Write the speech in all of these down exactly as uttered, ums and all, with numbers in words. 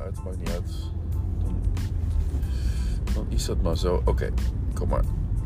uit, maakt niet uit. Dan, dan is dat maar zo. Oké, okay, kom maar.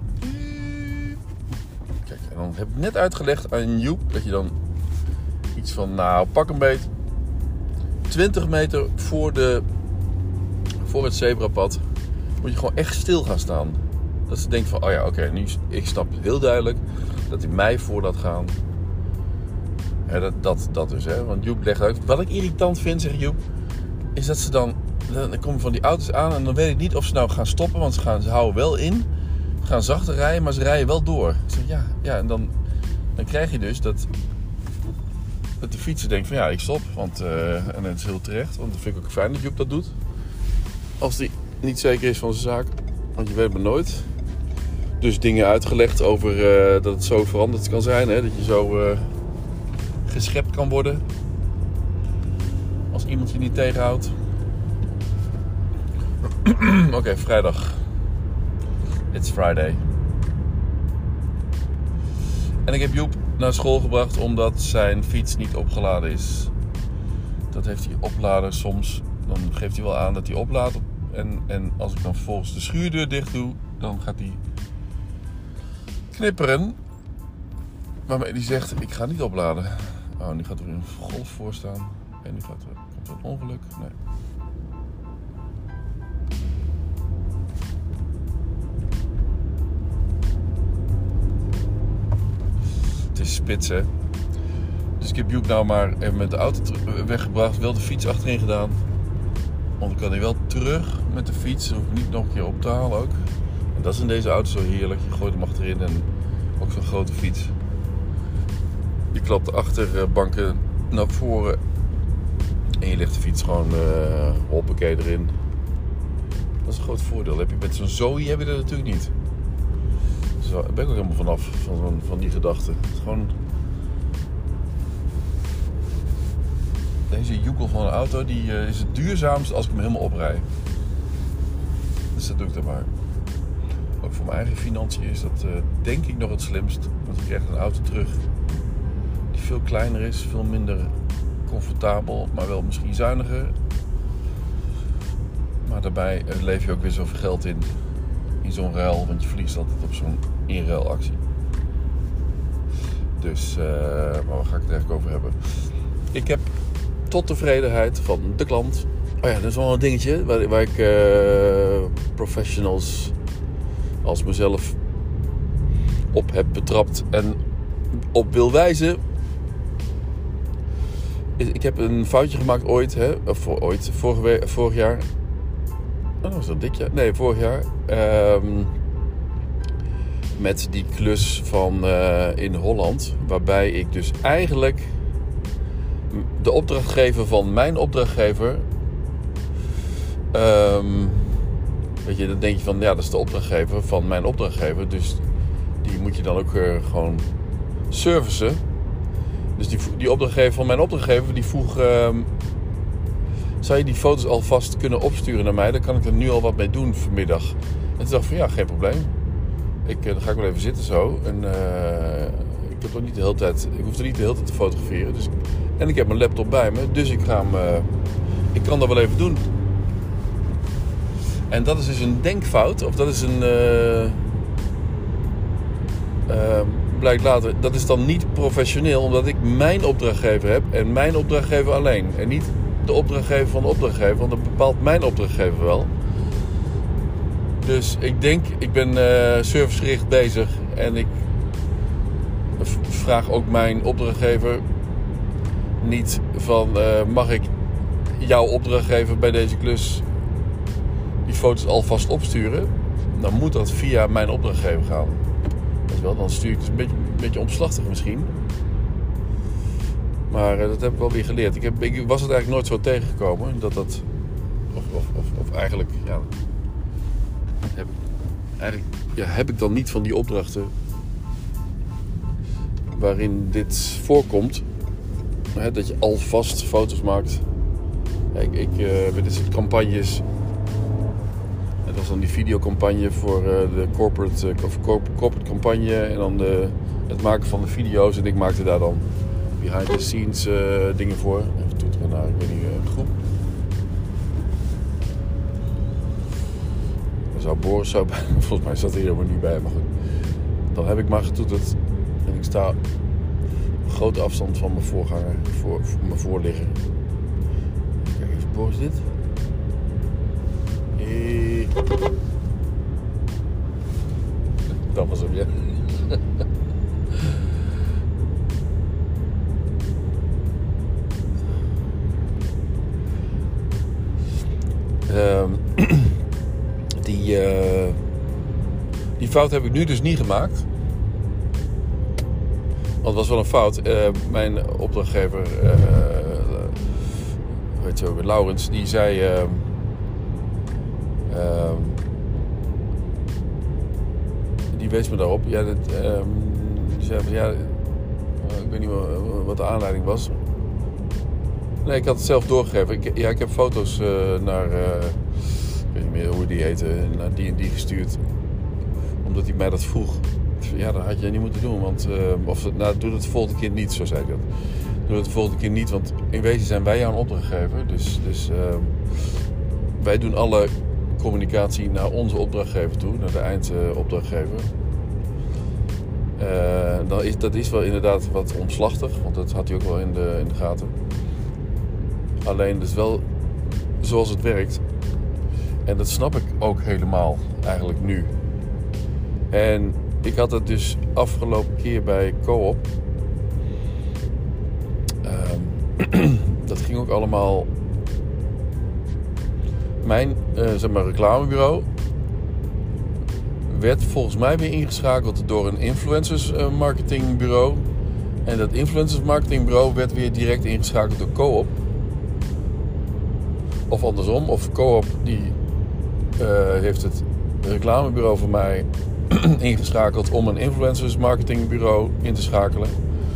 Kijk, en dan heb ik net uitgelegd aan Joep dat je dan iets van, nou, pak een beet. twintig meter voor, de, voor het zebrapad moet je gewoon echt stil gaan staan. Dat ze denkt van, oh ja, oké, okay, nu ik snap heel duidelijk dat hij mij voor laat gaan. Ja, dat, dat, dat dus, hè. Want Joep legt uit. Wat ik irritant vind, zegt Joep, is dat ze dan, dan komen van die auto's aan en dan weet ik niet of ze nou gaan stoppen, want ze, gaan, ze houden wel in, gaan zachter rijden, maar ze rijden wel door. Ik zeg, ja, ja, en dan, dan krijg je dus dat, dat de fietser denkt van, ja, ik stop. Want, uh, en dat is heel terecht, want dat vind ik ook fijn dat Joep dat doet. Als die niet zeker is van zijn zaak, want je weet maar nooit. Dus dingen uitgelegd over uh, dat het zo veranderd kan zijn, hè, dat je zo uh, geschept kan worden als iemand je niet tegenhoudt. Oké, okay, vrijdag. It's Friday. En ik heb Joep naar school gebracht omdat zijn fiets niet opgeladen is. Dat heeft hij oplader soms. Dan geeft hij wel aan dat hij oplaadt. En, en als ik dan vervolgens de schuurdeur dicht doe, dan gaat hij knipperen. Waarmee hij zegt, ik ga niet opladen. Oh, nu gaat er een golf voor staan. En nu gaat er, komt er een ongeluk. Nee. Het is spits, hè. Dus ik heb Joep nou maar even met de auto weggebracht. Wel de fiets achterin gedaan. Want dan kan hij wel terug met de fiets. Dan hoef ik niet nog een keer op te halen ook. En dat is in deze auto zo heerlijk. Je gooit hem achterin en ook zo'n grote fiets. Je klapt de achterbanken naar voren. En je legt de fiets gewoon uh, hoppakee erin. Dat is een groot voordeel. Heb je met zo'n Zoe heb je dat natuurlijk niet. Dus daar ben ik ook helemaal vanaf. Van, van die gedachte. Het is gewoon... Deze joekel van een auto die uh, is het duurzaamst als ik hem helemaal oprij. Dus dat doe ik dan maar. Ook voor mijn eigen financiën is dat uh, denk ik nog het slimst. Want je krijgt een auto terug die veel kleiner is, veel minder comfortabel, maar wel misschien zuiniger. Maar daarbij uh, leef je ook weer zoveel geld in, in zo'n ruil, want je verliest altijd op zo'n inruilactie. Dus, uh, maar waar ga ik het eigenlijk over hebben? Ik heb tot tevredenheid van de klant. Oh ja, dat is wel een dingetje waar, waar ik uh, professionals als mezelf op heb betrapt en op wil wijzen. Ik heb een foutje gemaakt ooit, hè? Of voor, ooit, vorige, vorig jaar. Oh, was dat dit jaar? Nee, vorig jaar. Um, met die klus van uh, in Holland, waarbij ik dus eigenlijk de opdrachtgever van mijn opdrachtgever. Um, weet je, dan denk je van, ja, dat is de opdrachtgever van mijn opdrachtgever. Dus die moet je dan ook uh, gewoon servicen. Dus die, die opdrachtgever van mijn opdrachtgever, die vroeg... Um, zou je die foto's alvast kunnen opsturen naar mij? Dan kan ik er nu al wat mee doen vanmiddag. En toen dacht ik van, ja, geen probleem. Ik, uh, dan ga ik wel even zitten zo. En uh, ik heb toch niet de hele tijd... Ik hoef er niet de hele tijd te fotograferen. Dus, en ik heb mijn laptop bij me. Dus ik ga hem... Uh, ik kan dat wel even doen. En dat is dus een denkfout. Of dat is een... Uh, uh, blijkt later. Dat is dan niet professioneel. Omdat ik mijn opdrachtgever heb. En mijn opdrachtgever alleen. En niet de opdrachtgever van de opdrachtgever. Want dat bepaalt mijn opdrachtgever wel. Dus ik denk... Ik ben uh, servicegericht bezig. En ik vraag ook mijn opdrachtgever niet van... Uh, mag ik jouw opdrachtgever bij deze klus die foto's alvast opsturen? Dan moet dat via mijn opdrachtgever gaan. Weet je wel, dan stuur ik het een beetje, een beetje omslachtig misschien. Maar uh, dat heb ik wel weer geleerd. Ik, heb, ik was het eigenlijk nooit zo tegengekomen. Dat dat... Of, of, of, of eigenlijk... Ja, heb, eigenlijk ja, heb ik dan niet van die opdrachten waarin dit voorkomt. Hè, dat je alvast foto's maakt. Ik, ik uh, bij dit soort campagnes. Het was dan die videocampagne voor uh, de corporate, uh, corporate campagne. En dan de, het maken van de video's. En ik maakte daar dan behind the scenes uh, dingen voor. Even toeteren naar, ik weet niet, uh, de groep. zou Boris zo bij, volgens mij zat hij er helemaal niet bij, maar goed. Dan heb ik maar getoeterd en ik sta op grote afstand van mijn voorganger, voor, voor mijn voorligger. Kijk eens, Boris dit. Hey. Dat was hem, ja. um, die, uh, die fout heb ik nu dus niet gemaakt. Want het was wel een fout. Uh, mijn opdrachtgever, uh, weet je ook, Laurens, die zei... Uh, uh, die wees me daarop. Ja, dat, uh, die zei van ja... Ik weet niet wat de aanleiding was. Nee, ik had het zelf doorgegeven. Ik, ja, ik heb foto's uh, naar... Uh, ik weet niet meer hoe die heette. Naar die en die gestuurd. Omdat hij mij dat vroeg. Ja, dat had je niet moeten doen. Want, uh, of, nou, doe het de volgende keer niet, zo zei ik dat. Doe het de volgende keer niet. Want in wezen zijn wij jouw opdrachtgever. Dus, dus uh, wij doen alle communicatie naar onze opdrachtgever toe. Naar de eindopdrachtgever. Uh, dan is, dat is wel inderdaad wat omslachtig. Want dat had hij ook wel in de, in de gaten. Alleen, dus wel zoals het werkt. En dat snap ik ook helemaal eigenlijk nu. En ik had het dus afgelopen keer bij Co-op. Um, dat ging ook allemaal... Mijn uh, zeg maar, reclamebureau werd volgens mij weer ingeschakeld door een influencers uh, marketingbureau. En dat influencers marketingbureau werd weer direct ingeschakeld door Co-op. Of andersom, of Co-op die uh, heeft het reclamebureau van mij ingeschakeld om een influencers marketingbureau in te schakelen.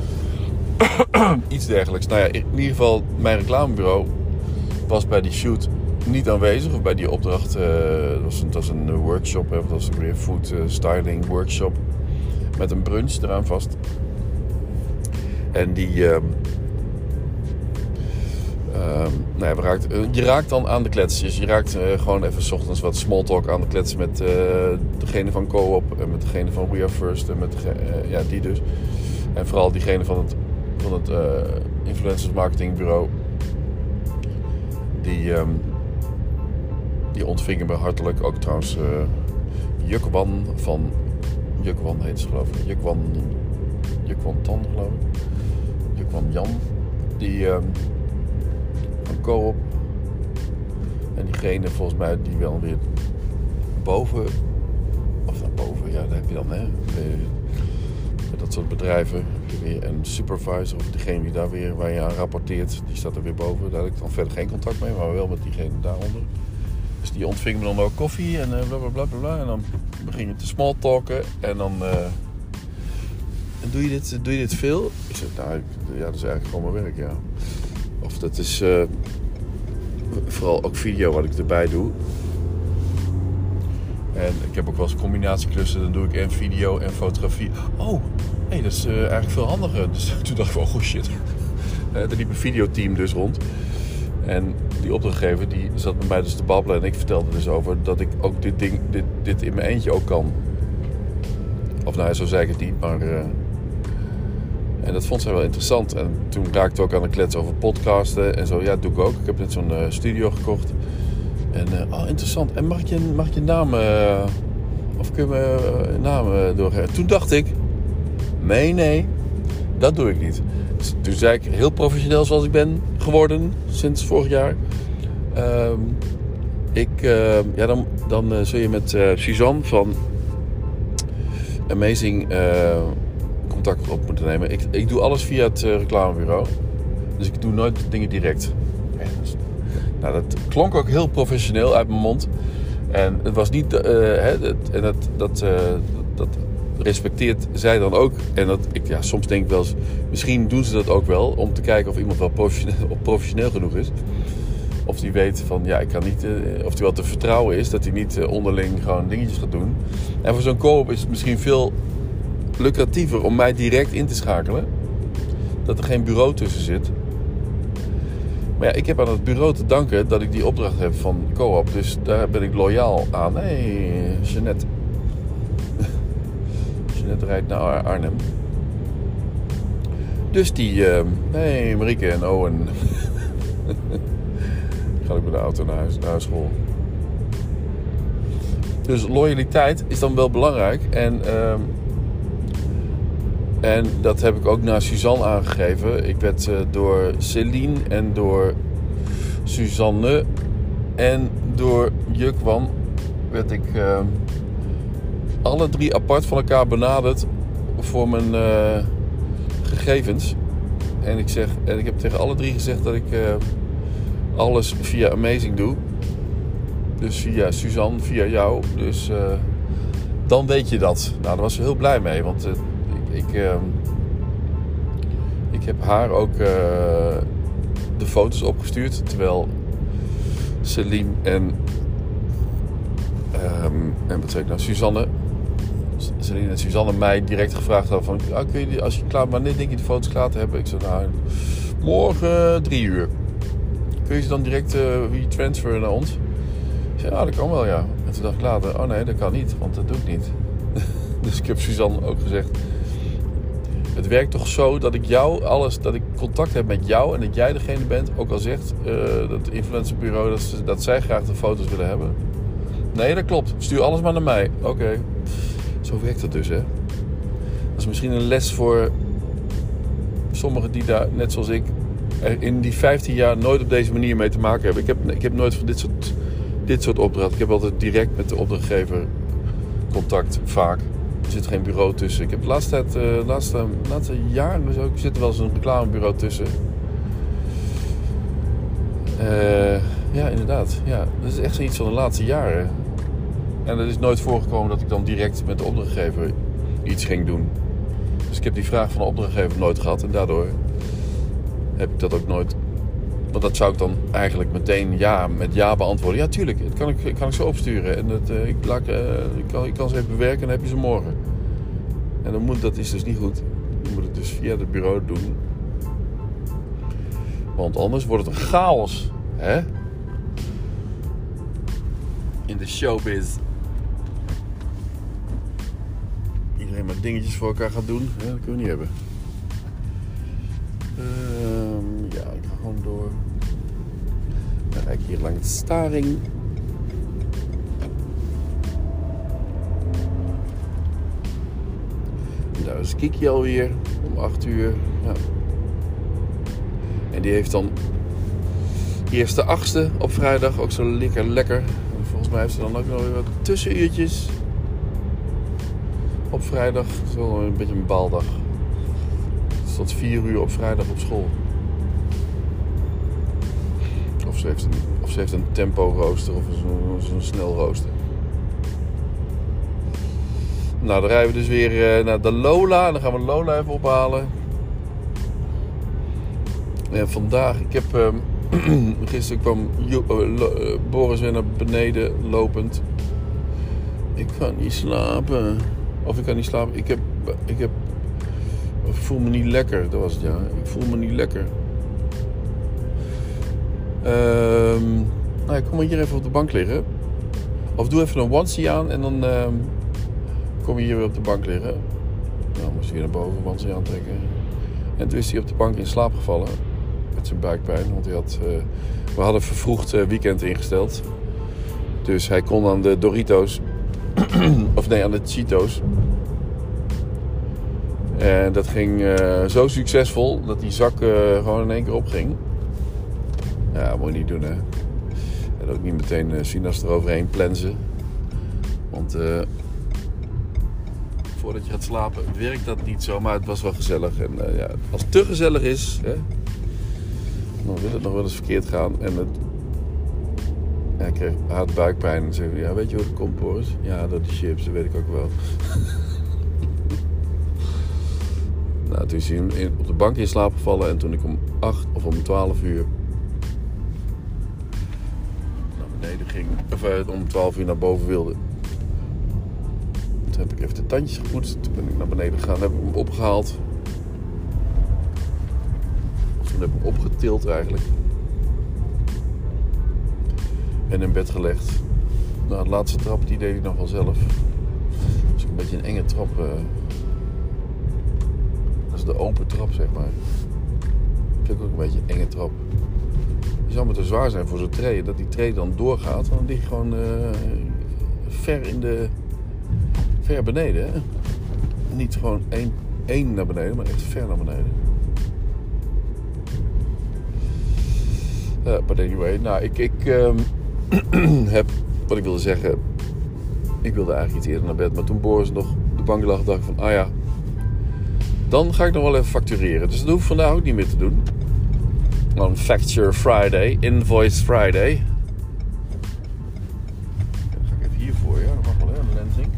Iets dergelijks. Nou ja, in ieder geval, mijn reclamebureau was bij die shoot niet aanwezig. Of bij die opdracht. Uh, dat, was een, dat was een workshop. Hè, dat was weer een food uh, styling workshop. Met een brunch eraan vast. En die... Uh, Uh, nou ja, we raakt, uh, je raakt dan aan de kletsjes. Je raakt uh, gewoon even 's ochtends wat small talk aan de klets met uh, degene van Co-op en met degene van We Are First en met degene, uh, ja, die dus. En vooral diegene van het, van het uh, influencers marketingbureau. Die, um, die ontvingen me hartelijk. Ook trouwens uh, Jukwan van... Jukwan heet ze geloof ik. Jukwan... Jukwan Tan geloof ik. Jukwan Jan. Die... Um, van Co-op. En diegene volgens mij die wel weer boven, of dan boven, ja, dat heb je dan, hè. Met dat soort bedrijven heb je weer een supervisor, of degene die daar weer, waar je aan rapporteert, die staat er weer boven. Daar heb ik dan verder geen contact mee, maar wel met diegene daaronder. Dus die ontving me dan ook koffie en uh, bla bla bla bla. En dan begin je te smalltalken en dan... Uh, en doe je dit, doe je dit veel? Ik zeg, nou, ja, dat is eigenlijk gewoon mijn werk, ja. Of dat is uh, vooral ook video wat ik erbij doe. En ik heb ook wel eens combinatieklussen. Dan doe ik en video en fotografie. Oh, hey, dat is uh, eigenlijk veel handiger. Dus toen dacht ik van, oh shit. Uh, er liep een videoteam dus rond. En die opdrachtgever die zat met mij dus te babbelen. En ik vertelde dus over dat ik ook dit ding, dit, dit in mijn eentje ook kan. Of nou, zo zei ik het niet, maar... Uh, En dat vond zij wel interessant. En toen raakte ik ook aan de klets over podcasten en zo. Ja, dat doe ik ook. Ik heb net zo'n uh, studio gekocht. En, uh, oh, interessant. En mag ik je, mag ik je naam... Uh, of kun je me uh, naam uh, doorgeven? Toen dacht ik... Nee, nee. Dat doe ik niet. Dus toen zei ik, heel professioneel zoals ik ben geworden sinds vorig jaar. Uh, ik... Uh, ja, dan, dan uh, zul je met uh, Suzanne van... Amazing... Uh, contact op moeten nemen. Ik, ik doe alles via het uh, reclamebureau. Dus ik doe nooit dingen direct. Ja, dus, nou, dat klonk ook heel professioneel uit mijn mond. En het was niet... Uh, hè, dat, en dat, dat, uh, dat respecteert zij dan ook. En dat, ik, ja, soms denk ik wel eens... Misschien doen ze dat ook wel. Om te kijken of iemand wel professioneel, of professioneel genoeg is. Of die weet van... Ja, ik kan niet... Uh, of die wel te vertrouwen is. Dat hij niet uh, onderling gewoon dingetjes gaat doen. En voor zo'n co-op is het misschien veel... lucratiever om mij direct in te schakelen. Dat er geen bureau tussen zit. Maar ja, ik heb aan het bureau te danken dat ik die opdracht heb van Co-op. Dus daar ben ik loyaal aan. Hé, hey, Jeanette. Jeanette rijdt naar Arnhem. Dus die... Hé, uh, hey, Marieke en Owen. Ga ik met de auto naar huis, naar school. Dus loyaliteit is dan wel belangrijk. En, uh, en dat heb ik ook naar Suzanne aangegeven. Ik werd uh, door Céline en door Suzanne en door Jukwan werd ik uh, alle drie apart van elkaar benaderd voor mijn uh, gegevens. En ik, zeg, en ik heb tegen alle drie gezegd dat ik uh, alles via Amazing doe. Dus via Suzanne, via jou. Dus uh, dan weet je dat. Nou, daar was ze heel blij mee. Want uh, ik, ik, uh, ik heb haar ook uh, de foto's opgestuurd. Terwijl Celine en... Um, en wat zei ik nou? Suzanne... Celine en Suzanne mij direct gevraagd hadden van... Ah, kun je die, als je klaar... Wanneer denk je de foto's klaar te hebben? Ik zei, nou... Morgen drie uur. Kun je ze dan direct uh, retransferen naar ons? Ik zei, ah, dat kan wel, ja. En toen dacht ik later, oh nee, dat kan niet, want dat doe ik niet. Dus ik heb Suzanne ook gezegd, het werkt toch zo dat ik jou alles, dat ik contact heb met jou en dat jij degene bent, ook al zegt uh, dat influencerbureau dat, dat zij graag de foto's willen hebben. Nee, dat klopt. Stuur alles maar naar mij. Oké. Okay. Zo werkt het dus, hè. Dat is misschien een les voor sommigen die daar, net zoals ik, in die vijftien jaar nooit op deze manier mee te maken hebben. Ik heb, ik heb nooit van dit soort... Dit soort opdrachten. Ik heb altijd direct met de opdrachtgever contact, vaak. Er zit geen bureau tussen. Ik heb de laatste tijd, de uh, laatste, laatste jaar, dus ook, zit er wel eens een reclamebureau tussen. Uh, ja, inderdaad. Ja, dat is echt zoiets van de laatste jaren. En er is nooit voorgekomen dat ik dan direct met de opdrachtgever iets ging doen. Dus ik heb die vraag van de opdrachtgever nooit gehad. En daardoor heb ik dat ook nooit... Want dat zou ik dan eigenlijk meteen ja met ja beantwoorden. Ja, tuurlijk, dat kan ik, kan ik zo opsturen. En dat, uh, ik, laat, uh, ik, kan, ik kan ze even bewerken en dan heb je ze morgen. En dan moet, dat is dus niet goed. Je moet het dus via het bureau doen. Want anders wordt het een chaos. Hè? In de showbiz. Iedereen maar dingetjes voor elkaar gaat doen. Ja, dat kunnen we niet hebben. Um, ja, ik ga gewoon door. Dan rijd ik hier langs de Staring. En daar is Kiki alweer om acht uur. Ja. En die heeft dan eerste achtste op vrijdag ook zo lekker lekker. En volgens mij heeft ze dan ook nog weer wat tussenuurtjes op vrijdag. Dat is wel een beetje een baaldag. Tot vier uur op vrijdag op school. Of ze heeft een, of ze heeft een tempo rooster of zo'n zo snel rooster. Nou, dan rijden we dus weer naar de Lola. En dan gaan we Lola even ophalen. En vandaag, ik heb... Uh, gisteren kwam jo- uh, uh, Boris weer naar beneden lopend. Ik kan niet slapen. Of ik kan niet slapen. Ik heb... Ik heb Ik voel me niet lekker, dat was het, ja. Ik voel me niet lekker. Um, nou, kom maar hier even op de bank liggen. Of doe even een onesie aan en dan um, kom je hier weer op de bank liggen. Nou, moest hij weer naar boven, onesie aantrekken. En toen is hij op de bank in slaap gevallen. Met zijn buikpijn, want hij had... Uh, we hadden vervroegd uh, weekend ingesteld. Dus hij kon aan de Doritos... of nee, aan de Cheetos... En dat ging uh, zo succesvol dat die zak uh, gewoon in één keer opging. Ja, dat moet je niet doen, hè. En ook niet meteen uh, sinaas eroverheen plensen. Want uh, voordat je gaat slapen werkt dat niet zo. Maar het was wel gezellig. En uh, ja, als het te gezellig is, hè, dan wil het nog wel eens verkeerd gaan. En het, ja, ik kreeg hard buikpijn. En zei, ja, weet je hoe het komt, Boris? Ja, door de chips, dat weet ik ook wel. Nou, toen is hij op de bank in slaap gevallen en toen ik om acht of om twaalf uur naar beneden ging, of uh, om twaalf uur naar boven wilde. Toen heb ik even de tandjes gepoetst, toen ben ik naar beneden gegaan, heb ik hem opgehaald. Of toen heb ik hem opgetild eigenlijk. en in bed gelegd. Nou, de laatste trap die deed ik nog wel zelf. Dat is ook een beetje een enge trap. Uh, dat is de open trap, zeg maar. Dat vind ik ook een beetje een enge trap. Die zou maar te zwaar zijn voor zo'n tray. Dat die tray dan doorgaat, dan lig je gewoon uh, ver in de... ver beneden, hè. Niet gewoon één, één naar beneden, maar echt ver naar beneden. Uh, but anyway, nou, ik, ik um, heb, wat ik wilde zeggen, ik wilde eigenlijk iets eerder naar bed, maar toen Boris nog op de bank lag, dacht ik van, ah ja, dan ga ik nog wel even factureren. Dus dat hoef ik vandaag ook niet meer te doen. Dan Facture Friday, Invoice Friday. Dan ga ik even hiervoor, ja, dat mag wel, hè, een lensing.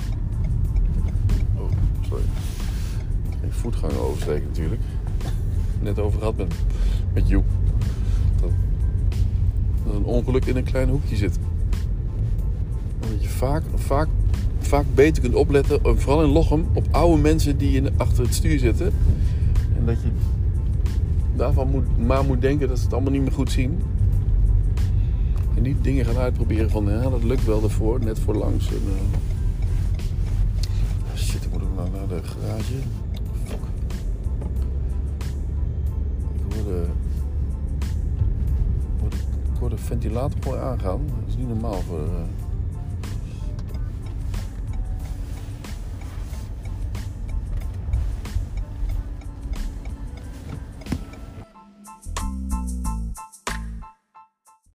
Oh, sorry. Geen voetgang oversteken natuurlijk. Net over gehad met, met Joep. Dat, dat een ongeluk in een klein hoekje zit. Dat je vaak, vaak, vaak beter kunt opletten, vooral in Lochem, op oude mensen die in, achter het stuur zitten. En dat je daarvan moet, maar moet denken dat ze het allemaal niet meer goed zien. En niet dingen gaan uitproberen van, ja, dat lukt wel ervoor, net voor langs. En, uh... shit, ik moet ook nou naar de garage. Fuck. Ik hoorde... Ik hoorde de ventilator gewoon aangaan. Dat is niet normaal voor... Uh...